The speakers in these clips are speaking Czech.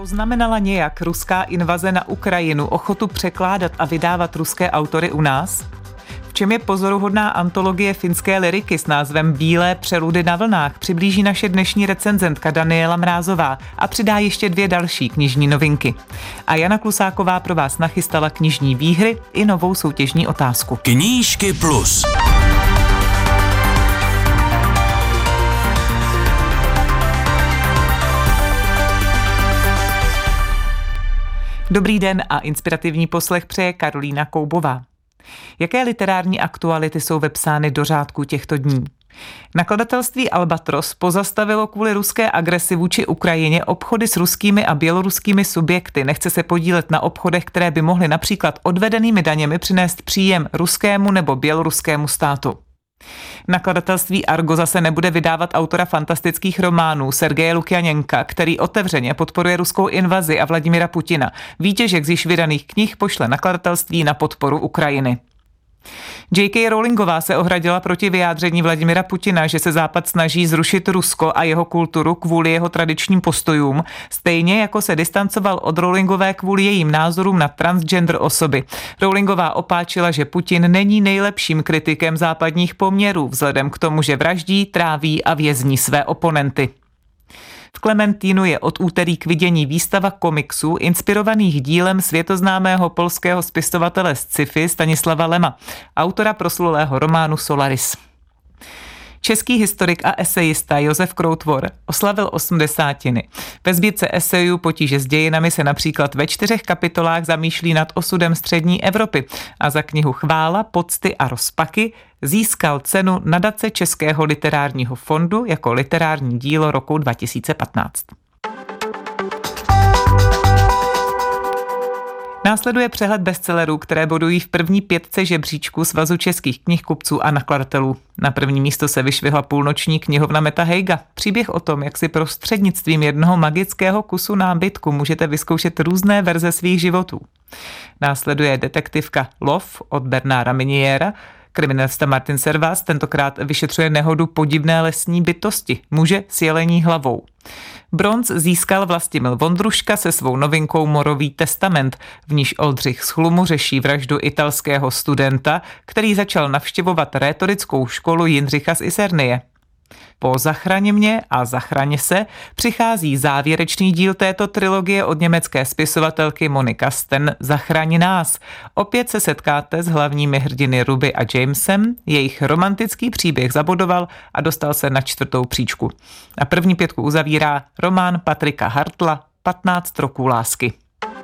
Poznamenala nějak ruská invaze na Ukrajinu ochotu překládat a vydávat ruské autory u nás? V čem je pozoruhodná antologie finské lyriky s názvem Bílé přeludy na vlnách, přiblíží naše dnešní recenzentka Daniela Mrázová a přidá ještě 2 další knižní novinky. A Jana Klusáková pro vás nachystala knižní výhry i novou soutěžní otázku. Knížky plus. Dobrý den a inspirativní poslech přeje Karolína Koubová. Jaké literární aktuality jsou vepsány do řádku těchto dní? Nakladatelství Albatros pozastavilo kvůli ruské agresi vůči Ukrajině obchody s ruskými a běloruskými subjekty. Nechce se podílet na obchodech, které by mohly například odvedenými daněmi přinést příjem ruskému nebo běloruskému státu. Nakladatelství Argo zase nebude vydávat autora fantastických románů Sergeje Lukjaněnka, který otevřeně podporuje ruskou invazi a Vladimira Putina. Výtěžek z již vydaných knih pošle nakladatelství na podporu Ukrajiny. J.K. Rowlingová se ohradila proti vyjádření Vladimira Putina, že se Západ snaží zrušit Rusko a jeho kulturu kvůli jeho tradičním postojům, stejně jako se distancoval od Rowlingové kvůli jejím názorům na transgender osoby. Rowlingová opáčila, že Putin není nejlepším kritikem západních poměrů, vzhledem k tomu, že vraždí, tráví a vězní své oponenty. V Klementínu je od úterý k vidění výstava komiksů inspirovaných dílem světoznámého polského spisovatele z sci-fi Stanislava Lema, autora proslulého románu Solaris. Český historik a esejista Josef Kroutvor oslavil 80. Ve sbírce esejů Potíže s dějinami se například ve 4 kapitolách zamýšlí nad osudem střední Evropy a za knihu Chvála, pocty a rozpaky získal cenu nadace Českého literárního fondu jako literární dílo roku 2015. Následuje přehled bestsellerů, které bodují v první 5 žebříčku Svazu českých knihkupců a nakladatelů. Na první místo se vyšvihla půlnoční knihovna Meta Heiga. Příběh o tom, jak si prostřednictvím jednoho magického kusu nábytku můžete vyzkoušet různé verze svých životů. Následuje detektivka Lov od Bernarda Miniera. Kriminalista Martin Servás tentokrát vyšetřuje nehodu podivné lesní bytosti, muže s jelení hlavou. Bronz získal Vlastimil Vondruška se svou novinkou Morový testament, v níž Oldřich z Chlumu řeší vraždu italského studenta, který začal navštěvovat rétorickou školu Jindřicha z Isernie. Po Zachraň mě a Zachraň se přichází závěrečný díl této trilogie od německé spisovatelky Monika Sten Zachraň nás. Opět se setkáte s hlavními hrdiny Ruby a Jamesem, jejich romantický příběh zabodoval a dostal se na 4. příčku. A první 5 uzavírá román Patrika Hartla 15 roků lásky.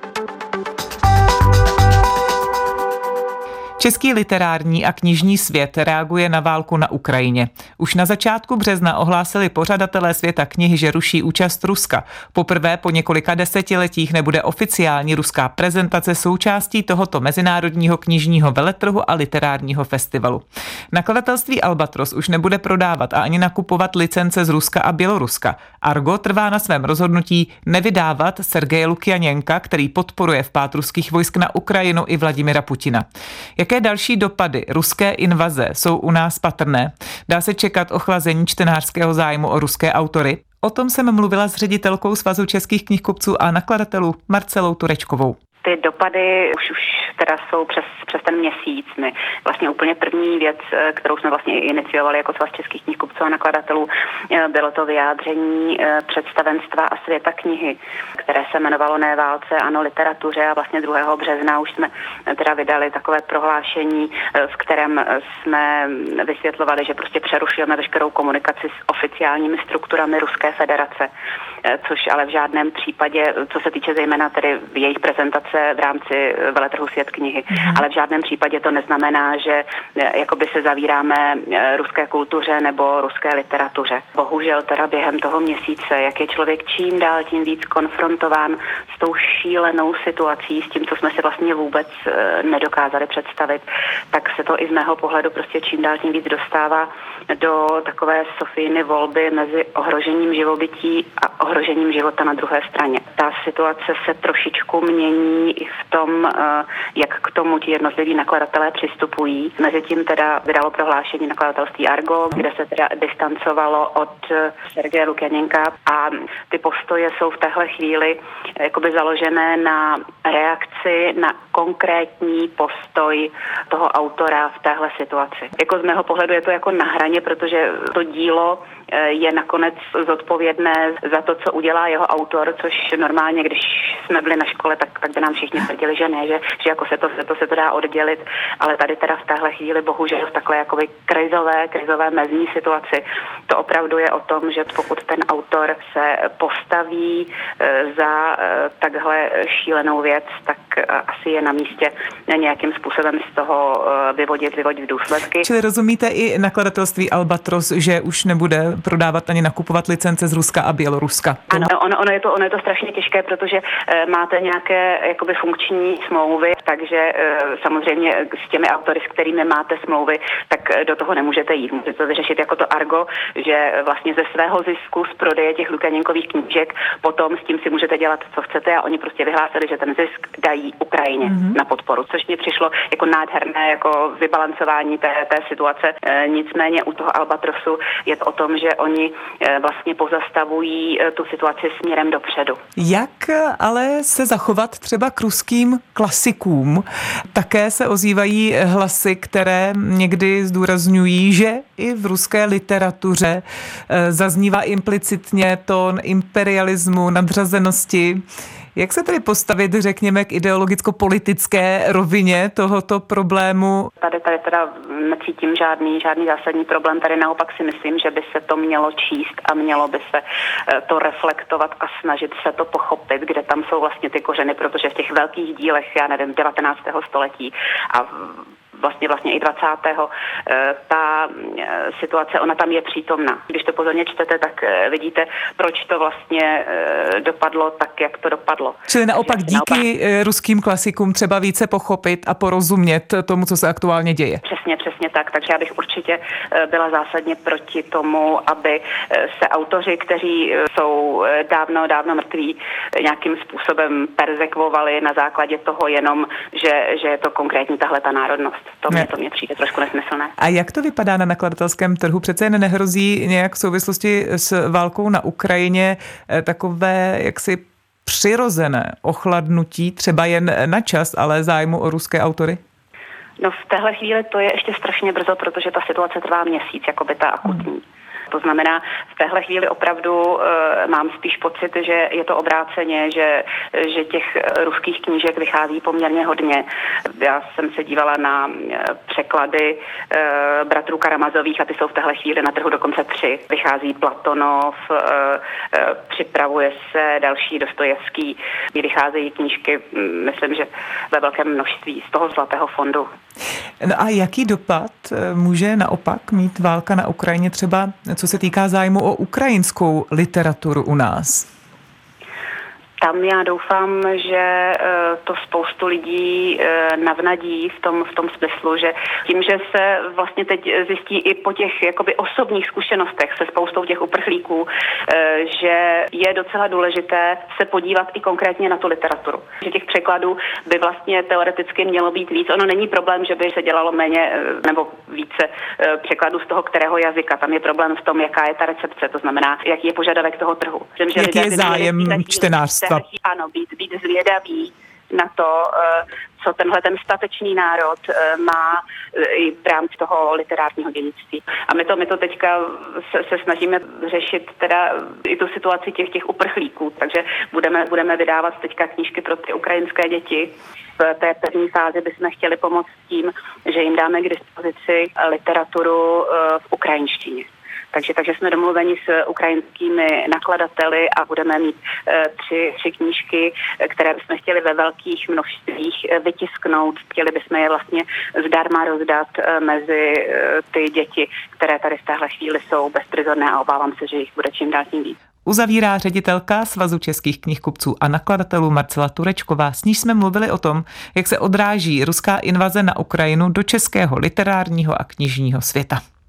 Český literární a knižní svět reaguje na válku na Ukrajině. Už na začátku března ohlásili pořadatelé Světa knihy, že ruší účast Ruska. Poprvé po několika desetiletích nebude oficiální ruská prezentace součástí tohoto mezinárodního knižního veletrhu a literárního festivalu. Nakladatelství Albatros už nebude prodávat a ani nakupovat licence z Ruska a Běloruska. Argo trvá na svém rozhodnutí nevydávat Sergeje Lukjaněnka, který podporuje vpád ruských vojsk na Ukrajinu i Vladimira Putina. Jaké další dopady ruské invaze jsou u nás patrné? Dá se čekat ochlazení čtenářského zájmu o ruské autory? O tom jsem mluvila s ředitelkou Svazu českých knihkupců a nakladatelů Marcelou Turečkovou. Ty dopady už teda jsou přes ten měsíc. My vlastně úplně první věc, kterou jsme vlastně iniciovali jako Svaz českých knihkupců a nakladatelů, bylo to vyjádření představenstva a Světa knihy, které se jmenovalo Ne válce, ano literatuře, a vlastně 2. března už jsme teda vydali takové prohlášení, v kterém jsme vysvětlovali, že prostě přerušujeme veškerou komunikaci s oficiálními strukturami Ruské federace, což ale v žádném případě, co se týče zejména tedy jejich prezentace v rámci veletrhu Svět knihy, ale v žádném případě to neznamená, že jakoby se zavíráme ruské kultuře nebo ruské literatuře. Bohužel teda během toho měsíce, jak je člověk čím dál tím víc konfrontován s tou šílenou situací, s tím, co jsme si vlastně vůbec nedokázali představit, tak se to i z mého pohledu prostě čím dál tím víc dostává do takové Sofijiny volby mezi ohrožením živobytí a ohrožením života na druhé straně. Ta situace se trošičku mění i v tom, jak k tomu ti jednotliví nakladatelé přistupují. Mezitím teda vydalo prohlášení nakladatelství Argo, kde se teda distancovalo od Sergeje Lukjaněnka a ty postoje jsou v téhle chvíli jakoby založené na reakci na konkrétní postoj toho autora v téhle situaci. Jako z mého pohledu je to jako na hraně, protože to dílo je nakonec zodpovědné za to, co udělá jeho autor, což normálně, když jsme byli na škole, tak by nám všichni tvrdili, že ne, že jako se to dá oddělit, ale tady teda v téhle chvíli bohužel v takové jakoby krizové mezní situaci. To opravdu je o tom, že pokud ten autor se postaví za takhle šílenou věc, tak asi je na místě nějakým způsobem z toho vyvodit důsledky. Čili rozumíte i nakladatelství Albatros, že už nebude prodávat ani nakupovat licence z Ruska a Běloruska? Ano, ono je to strašně těžké, protože máte nějaké jakoby funkční smlouvy, takže samozřejmě s těmi autory, s kterými máte smlouvy, tak do toho nemůžete jít. Můžete to vyřešit jako to Argo, že vlastně ze svého zisku z prodeje těch Lukjaněnkových knížek potom s tím si můžete dělat, co chcete, a oni prostě vyhlásili, že ten zisk dají Ukrajině na podporu, což mi přišlo jako nádherné jako vybalancování té situace. Nicméně u toho Albatrosu je to o tom, že oni vlastně pozastavují tu situaci směrem dopředu. Jak ale se zachovat třeba k ruským klasikům? Také se ozývají hlasy, které někdy zdůrazňují, že i v ruské literatuře zaznívá implicitně tón imperialismu, nadřazenosti. Jak se tedy postavit, řekněme, k ideologicko-politické rovině tohoto problému? Tady teda necítím žádný zásadní problém. Tady naopak si myslím, že by se to mělo číst a mělo by se to reflektovat a snažit se to pochopit, kde tam jsou vlastně ty kořeny, protože v těch velkých dílech, 19. století a vlastně i 20. Ta situace, ona tam je přítomná. Když to pozorně čtete, tak vidíte, proč to vlastně dopadlo tak, jak to dopadlo. Čili naopak díky ruským klasikům třeba více pochopit a porozumět tomu, co se aktuálně děje. Přesně tak. Takže já bych určitě byla zásadně proti tomu, aby se autoři, kteří jsou dávno mrtví, nějakým způsobem perzekvovali na základě toho jenom, že je to konkrétní tahle ta národnost. To mě přijde trošku nesmyslné. A jak to vypadá na nakladatelském trhu? Přece jen nehrozí nějak v souvislosti s válkou na Ukrajině takové jaksi přirozené ochladnutí, třeba jen na čas, ale zájmu o ruské autory? No v téhle chvíli to je ještě strašně brzo, protože ta situace trvá měsíc, jakoby ta akutní. To znamená, v téhle chvíli opravdu mám spíš pocit, že je to obráceně, že těch ruských knížek vychází poměrně hodně. Já jsem se dívala na překlady bratrů Karamazových a ty jsou v téhle chvíli na trhu dokonce 3. Vychází Platonov, připravuje se další Dostojevský, vycházejí knížky, myslím, že ve velkém množství z toho Zlatého fondu. No a jaký dopad může naopak mít válka na Ukrajině třeba, co se týká zájmu o ukrajinskou literaturu u nás? Tam já doufám, že to spoustu lidí navnadí v tom smyslu, že tím, že se vlastně teď zjistí i po těch jakoby osobních zkušenostech se spoustou těch uprchlíků, že je docela důležité se podívat i konkrétně na tu literaturu. Že těch překladů by vlastně teoreticky mělo být víc. Ono není problém, že by se dělalo méně nebo více překladů z toho kterého jazyka. Tam je problém v tom, jaká je ta recepce, to znamená, jaký je požadavek toho trhu. Jaký je zájem čtenářství? Ano, být zvědavý na to, co tenhle ten statečný národ má i v rámci toho literárního dědictví. A my to teďka se snažíme řešit teda i tu situaci těch uprchlíků, takže budeme vydávat teďka knížky pro ty ukrajinské děti. V té první fázi bychom chtěli pomoct tím, že jim dáme k dispozici literaturu v ukrajinštině. Takže jsme domluveni s ukrajinskými nakladateli a budeme mít tři knížky, které bychom chtěli ve velkých množstvích vytisknout. Chtěli bychom je vlastně zdarma rozdat mezi ty děti, které tady v téhle chvíli jsou bezprizorné a obávám se, že jich bude čím dál tím víc. Uzavírá ředitelka Svazu českých knihkupců a nakladatelů Marcela Turečková. S níž jsme mluvili o tom, jak se odráží ruská invaze na Ukrajinu do českého literárního a knižního světa.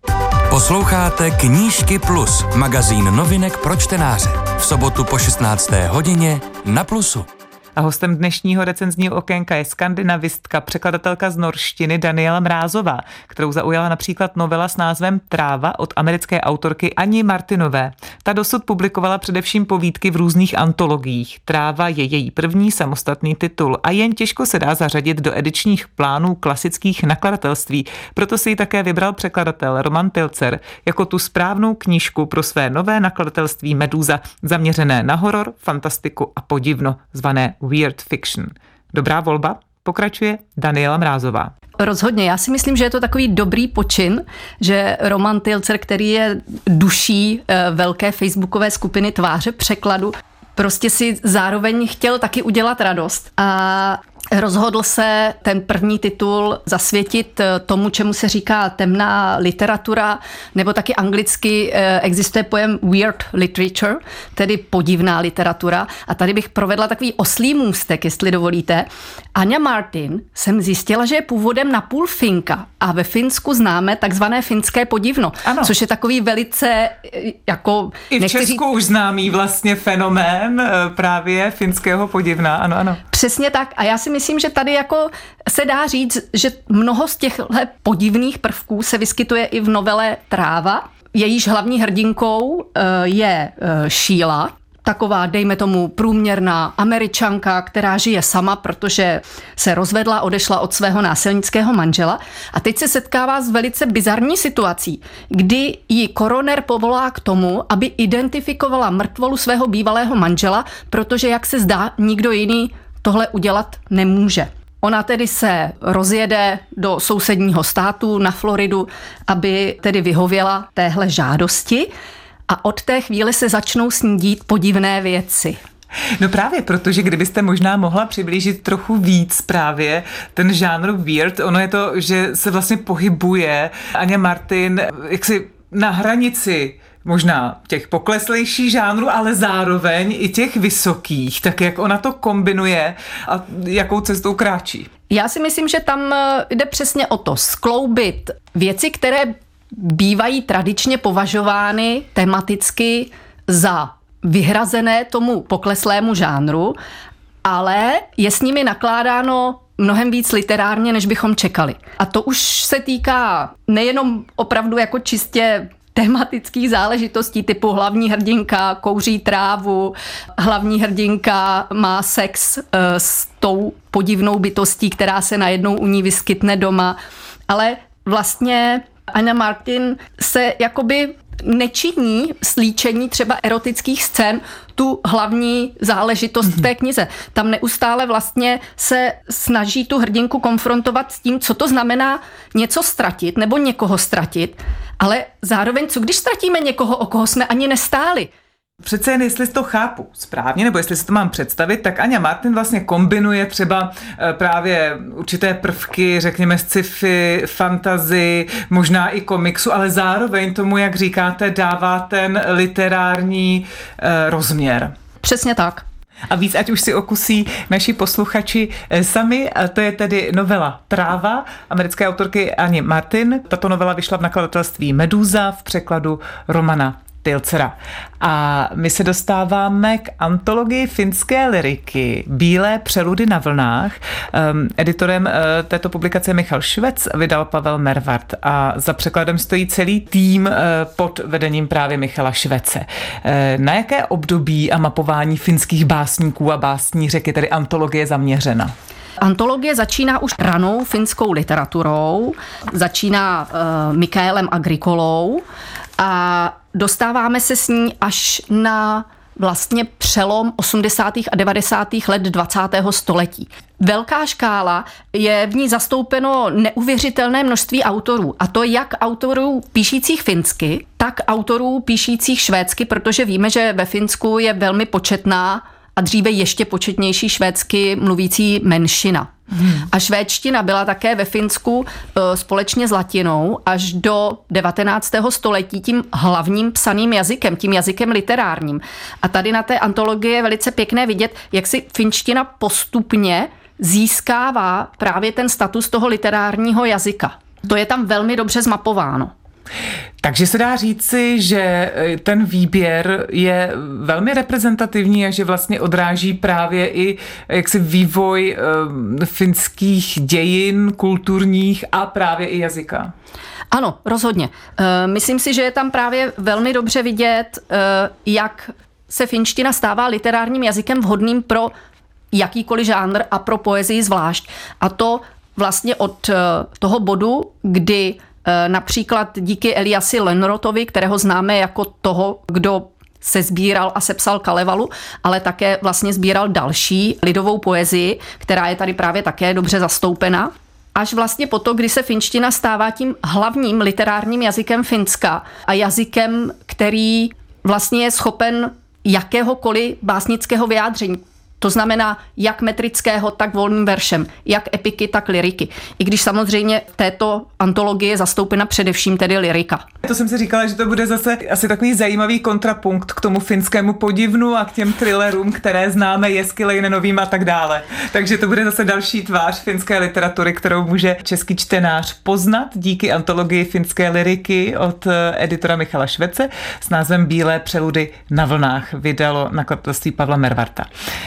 Posloucháte Knížky Plus, magazín novinek pro čtenáře. V sobotu po 16. hodině na Plusu. A hostem dnešního recenzního okénka je skandinavistka, překladatelka z norštiny Daniela Mrázová, kterou zaujala například novela s názvem Tráva od americké autorky Ani Martinové. Ta dosud publikovala především povídky v různých antologiích. Tráva je její první samostatný titul a jen těžko se dá zařadit do edičních plánů klasických nakladatelství. Proto si ji také vybral překladatel Roman Tilzer jako tu správnou knížku pro své nové nakladatelství Meduza, zaměřené na horor, fantastiku a podivno, zvané Weird Fiction. Dobrá volba, pokračuje Daniela Mrázová. Rozhodně, já si myslím, že je to takový dobrý počin, že Roman Tilzer, který je duší velké facebookové skupiny Tváře překladu, prostě si zároveň chtěl taky udělat radost a rozhodl se ten první titul zasvětit tomu, čemu se říká temná literatura, nebo taky anglicky existuje pojem weird literature, tedy podivná literatura. A tady bych provedla takový oslí můstek, jestli dovolíte. Anja Martin jsem zjistila, že je původem napůl Finka a ve Finsku známe takzvané finské podivno, ano. Což je takový velice jako... I v Česku už známý vlastně fenomén právě finského podivna, ano, ano. Přesně tak a já si myslím, že tady jako se dá říct, že mnoho z těchto podivných prvků se vyskytuje i v novele Tráva. Jejíž hlavní hrdinkou je Sheila, taková, dejme tomu, průměrná Američanka, která žije sama, protože se rozvedla, odešla od svého násilnického manžela a teď se setkává s velice bizarní situací, kdy ji koroner povolá k tomu, aby identifikovala mrtvolu svého bývalého manžela, protože, jak se zdá, nikdo jiný tohle udělat nemůže. Ona tedy se rozjede do sousedního státu na Floridu, aby tedy vyhověla téhle žádosti a od té chvíle se začnou s ní dít podivné věci. No právě, protože kdybyste možná mohla přiblížit trochu víc právě ten žánr weird, ono je to, že se vlastně pohybuje Anja Martin jaksi na hranici možná těch pokleslejších žánrů, ale zároveň i těch vysokých, tak jak ona to kombinuje a jakou cestou kráčí. Já si myslím, že tam jde přesně o to skloubit věci, které bývají tradičně považovány tematicky za vyhrazené tomu pokleslému žánru, ale je s nimi nakládáno mnohem víc literárně, než bychom čekali. A to už se týká nejenom opravdu jako čistě tematických záležitostí typu hlavní hrdinka kouří trávu, hlavní hrdinka má sex s tou podivnou bytostí, která se najednou u ní vyskytne doma, ale vlastně Anja Martin se jakoby nečiní slíčení třeba erotických scén tu hlavní záležitost v té knize. Tam neustále vlastně se snaží tu hrdinku konfrontovat s tím, co to znamená něco ztratit nebo někoho ztratit, ale zároveň, co když ztratíme někoho, o koho jsme ani nestáli. Přece jen, jestli to chápu správně, nebo jestli si to mám představit, tak Anja Martin vlastně kombinuje třeba právě určité prvky, řekněme sci-fi, fantasy, možná i komiksu, ale zároveň tomu, jak říkáte, dává ten literární rozměr. Přesně tak. A víc, ať už si okusí naši posluchači sami, to je tedy novela Tráva americké autorky Ani Martin. Tato novela vyšla v nakladatelství Meduza v překladu Romana Tilzera. A my se dostáváme k antologii finské lyriky Bílé přeludy na vlnách. Editorem této publikace je Michal Švec, vydal Pavel Mervart a za překladem stojí celý tým pod vedením právě Michala Švece. Na jaké období a mapování finských básníků a básnířek je tedy antologie zaměřena? Antologie začíná už ranou finskou literaturou, začíná Mikaelem Agricolou a dostáváme se s ní až na vlastně přelom 80. a 90. let 20. století. Velká škála, je v ní zastoupeno neuvěřitelné množství autorů. A to jak autorů píšících finsky, tak autorů píšících švédsky, protože víme, že ve Finsku je velmi početná a dříve ještě početnější švédsky mluvící menšina. A švédština byla také ve Finsku společně s latinou až do 19. století tím hlavním psaným jazykem, tím jazykem literárním. A tady na té antologii je velice pěkné vidět, jak si finština postupně získává právě ten status toho literárního jazyka. To je tam velmi dobře zmapováno. Takže se dá říci, že ten výběr je velmi reprezentativní a že vlastně odráží právě i jaksi vývoj finských dějin, kulturních a právě i jazyka. Ano, rozhodně. Myslím si, že je tam právě velmi dobře vidět, jak se finština stává literárním jazykem vhodným pro jakýkoliv žánr a pro poezii zvlášť. A to vlastně od toho bodu, kdy například díky Eliasi Lönnrotovi, kterého známe jako toho, kdo se sbíral a sepsal Kalevalu, ale také vlastně sbíral další lidovou poezii, která je tady právě také dobře zastoupena. Až vlastně po to, kdy se finština stává tím hlavním literárním jazykem Finska a jazykem, který vlastně je schopen jakéhokoliv básnického vyjádření. To znamená jak metrického, tak volným veršem, jak epiky, tak lyriky. I když samozřejmě v této antologii je zastoupena především tedy lyrika. To jsem si říkala, že to bude zase asi takový zajímavý kontrapunkt k tomu finskému podivnu a k těm thrillerům, které známe, Jeskilejnenovým a tak dále. Takže to bude zase další tvář finské literatury, kterou může český čtenář poznat díky antologii finské lyriky od editora Michala Švece s názvem Bílé přeludy na vlnách. Vydalo nakladatelství Pavla Mervarta.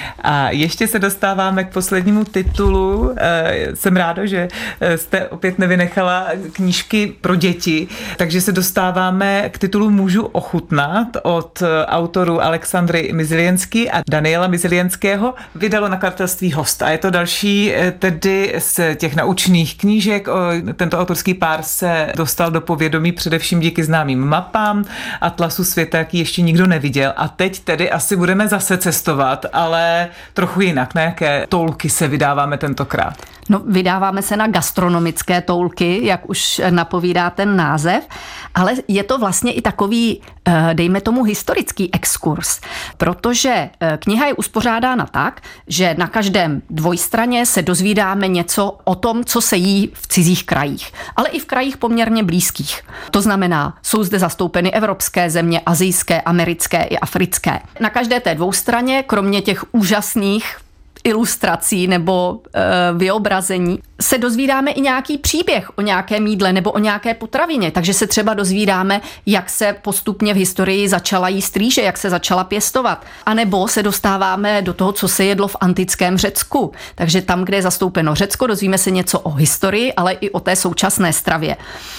A ještě se dostáváme k poslednímu titulu. Jsem ráda, že jste opět nevynechala knížky pro děti, takže se dostáváme k titulu Můžu ochutnat od autorů Alexandry Mizilienské a Daniela Mizilienského. Vydalo nakladatelství Host a je to další tedy z těch naučných knížek. Tento autorský pár se dostal do povědomí především díky známým mapám Atlasu světa, jaký ještě nikdo neviděl. A teď tedy asi budeme zase cestovat, ale trochu jinak. Na jaké toulky se vydáváme tentokrát? No, vydáváme se na gastronomické toulky, jak už napovídá ten název, ale je to vlastně i takový, dejme tomu, historický exkurs, protože kniha je uspořádána tak, že na každém dvojstraně se dozvídáme něco o tom, co se jí v cizích krajích, ale i v krajích poměrně blízkých. To znamená, jsou zde zastoupeny evropské země, asijské, americké i africké. Na každé té dvoustraně, kromě těch úžasných ilustrací nebo vyobrazení, se dozvídáme i nějaký příběh o nějakém jídle nebo o nějaké potravině. Takže se třeba dozvídáme, jak se postupně v historii začala jíst rýže, jak se začala pěstovat. A nebo se dostáváme do toho, co se jedlo v antickém Řecku. Takže tam, kde je zastoupeno Řecko, dozvíme se něco o historii, ale i o té současné stravě.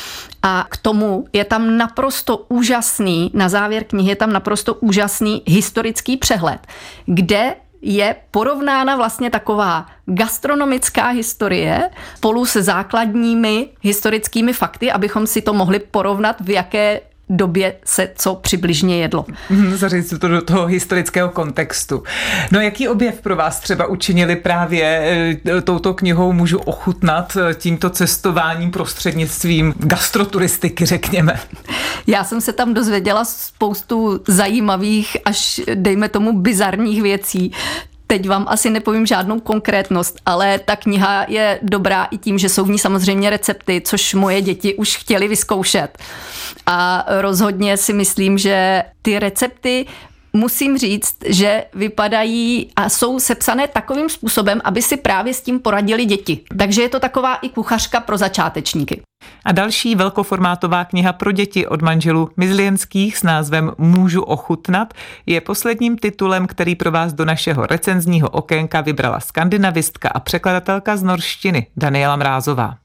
A k tomu je tam naprosto úžasný, na závěr knihy je tam naprosto úžasný historický přehled, kde je porovnána vlastně taková gastronomická historie spolu se základními historickými fakty, abychom si to mohli porovnat, v jaké době se co přibližně jedlo. Zařadit se to do toho historického kontextu. No jaký objev pro vás třeba učinili právě touto knihou Můžu ochutnat tímto cestováním prostřednictvím gastroturistiky, řekněme? Já jsem se tam dozvěděla spoustu zajímavých, až dejme tomu bizarních věcí. Teď vám asi nepovím žádnou konkrétnost, ale ta kniha je dobrá i tím, že jsou v ní samozřejmě recepty, což moje děti už chtěly vyzkoušet. A rozhodně si myslím, že ty recepty, musím říct, že vypadají a jsou sepsané takovým způsobem, aby si právě s tím poradili děti. Takže je to taková i kuchařka pro začátečníky. A další velkoformátová kniha pro děti od manželů Mizilienských s názvem Můžu ochutnat je posledním titulem, který pro vás do našeho recenzního okénka vybrala skandinavistka a překladatelka z norštiny Daniela Mrázová.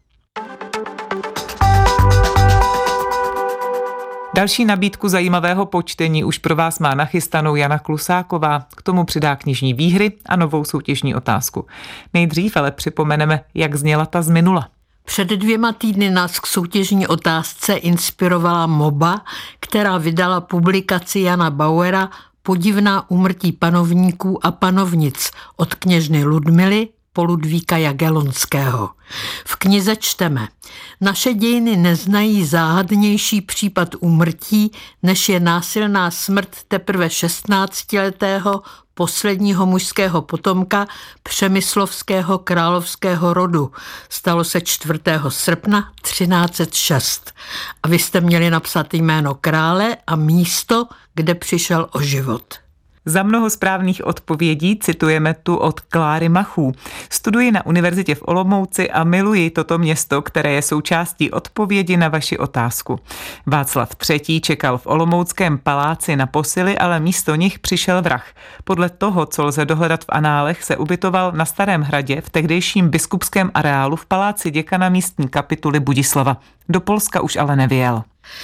Další nabídku zajímavého počtení už pro vás má nachystanou Jana Klusáková. K tomu přidá knižní výhry a novou soutěžní otázku. Nejdřív ale připomeneme, jak zněla ta z minula. Před 2 týdny nás k soutěžní otázce inspirovala MOBA, která vydala publikaci Jana Bauera Podivná úmrtí panovníků a panovnic od kněžny Ludmily po Ludvíka Jagellonského. V knize čteme: naše dějiny neznají záhadnější případ úmrtí, než je násilná smrt teprve 16letého posledního mužského potomka přemyslovského královského rodu. Stalo se 4. srpna 1306. A vy jste měli napsat jméno krále a místo, kde přišel o život. Za mnoho správných odpovědí citujeme tu od Kláry Machů. Studuji na univerzitě v Olomouci a miluji toto město, které je součástí odpovědi na vaši otázku. Václav III. Čekal v olomouckém paláci na posily, ale místo nich přišel vrah. Podle toho, co lze dohledat v análech, se ubytoval na Starém hradě v tehdejším biskupském areálu v paláci děkana místní kapituly Budislava. Do Polska už ale nevyjel.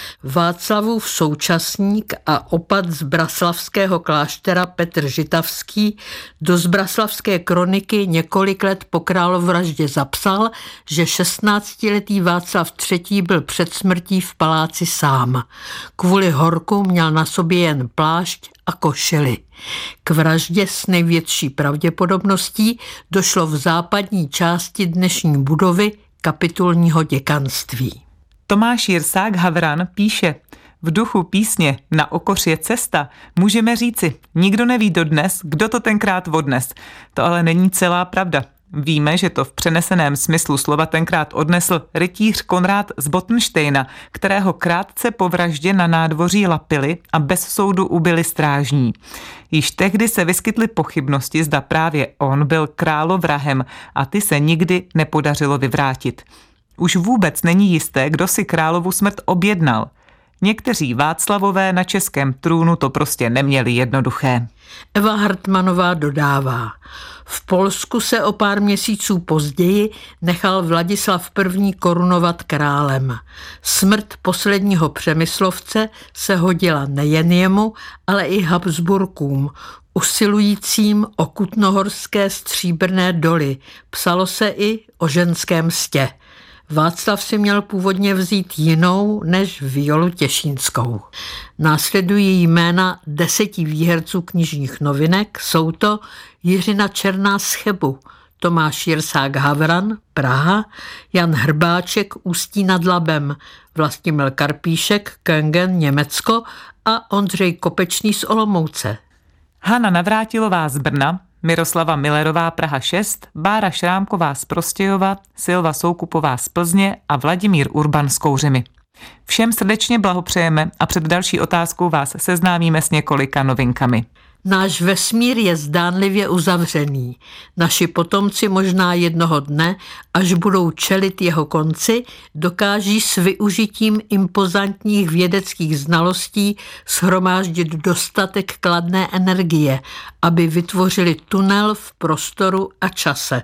Václavův současník a opat z braslavského kláštera Petr Žitavský do Zbraslavské kroniky několik let po královraždě zapsal, že 16letý Václav III. Byl před smrtí v paláci sám. Kvůli horku měl na sobě jen plášť a košili. K vraždě s největší pravděpodobností došlo v západní části dnešní budovy kapitulního děkanství. Tomáš Jirsák Havran píše: v duchu písně Na okoř je cesta můžeme říci, nikdo neví dodnes, kdo to tenkrát odnes. To ale není celá pravda. Víme, že to v přeneseném smyslu slova tenkrát odnesl rytíř Konrád z Bottenštejna, kterého krátce po vraždě na nádvoří lapili a bez soudu ubili strážní. Již tehdy se vyskytly pochybnosti, zda právě on byl královrahem, a ty se nikdy nepodařilo vyvrátit. Už vůbec není jisté, kdo si královu smrt objednal. Někteří Václavové na českém trůnu to prostě neměli jednoduché. Eva Hartmanová dodává: v Polsku se o pár měsíců později nechal Vladislav I. korunovat králem. Smrt posledního Přemyslovce se hodila nejen jemu, ale i Habsburkům, usilujícím o kutnohorské stříbrné doly. Psalo se i o ženské mstě. Václav si měl původně vzít jinou než Violu Těšínskou. Následují jména 10 výherců knižních novinek, jsou to Jiřina Černá z Chebu, Tomáš Jirsák Havran, Praha, Jan Hrbáček, Ústí nad Labem, Vlastimil Karpíšek, Köngen, Německo a Ondřej Kopečný z Olomouce. Hana Navrátilová z Brna, Miroslava Millerová Praha 6, Bára Šrámková z Prostějova, Silva Soukupová z Plzně a Vladimír Urban z Kouřimy. Všem srdečně blahopřejeme a před další otázkou vás seznámíme s několika novinkami. Náš vesmír je zdánlivě uzavřený. Naši potomci možná jednoho dne, až budou čelit jeho konci, dokáží s využitím impozantních vědeckých znalostí shromáždit dostatek kladné energie, aby vytvořili tunel v prostoru a čase.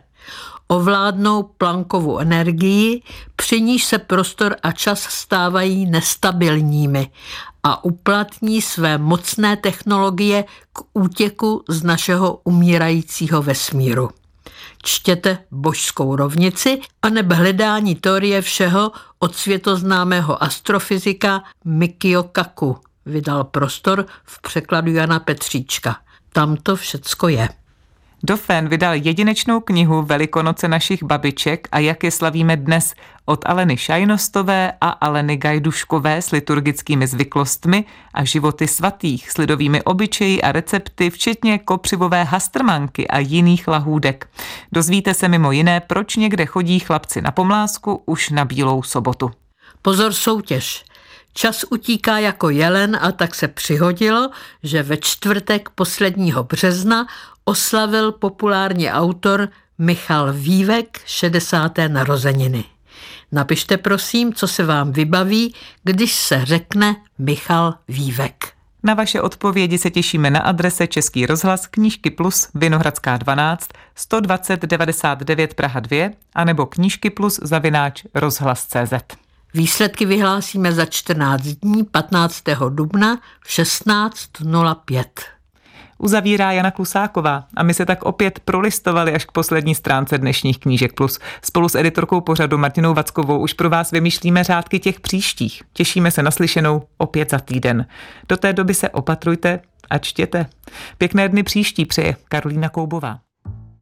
Ovládnou Planckovu energii, při níž se prostor a čas stávají nestabilními, a uplatní své mocné technologie k útěku z našeho umírajícího vesmíru. Čtěte Božskou rovnici aneb hledání teorie všeho od světoznámého astrofyzika Mikio Kaku. Vydal Prostor v překladu Jana Petříčka. Tam to všecko je. Dauphin vydal jedinečnou knihu Velikonoce našich babiček a jak je slavíme dnes od Aleny Šajnostové a Aleny Gajduškové s liturgickými zvyklostmi a životy svatých s lidovými obyčeji a recepty, včetně kopřivové hastrmanky a jiných lahůdek. Dozvíte se mimo jiné, proč někde chodí chlapci na pomlásku už na Bílou sobotu. Pozor, soutěž. Čas utíká jako jelen a tak se přihodilo, že ve čtvrtek posledního března oslavil populární autor Michal Vívek 60. narozeniny. Napište prosím, co se vám vybaví, když se řekne Michal Vívek. Na vaše odpovědi se těšíme na adrese Český rozhlas, Knížky Plus, Vinohradská 12, 120 99 Praha 2 anebo Knížky Plus @rozhlas.cz. Výsledky vyhlásíme za 14 dní 15. dubna v 16:05. Uzavírá Jana Klusáková a my se tak opět prolistovali až k poslední stránce dnešních Knížek Plus. Spolu s editorkou pořadu Martinou Vackovou už pro vás vymýšlíme řádky těch příštích. Těšíme se na slyšenou opět za týden. Do té doby se opatrujte a čtěte. Pěkné dny příští přeje Karolína Koubová.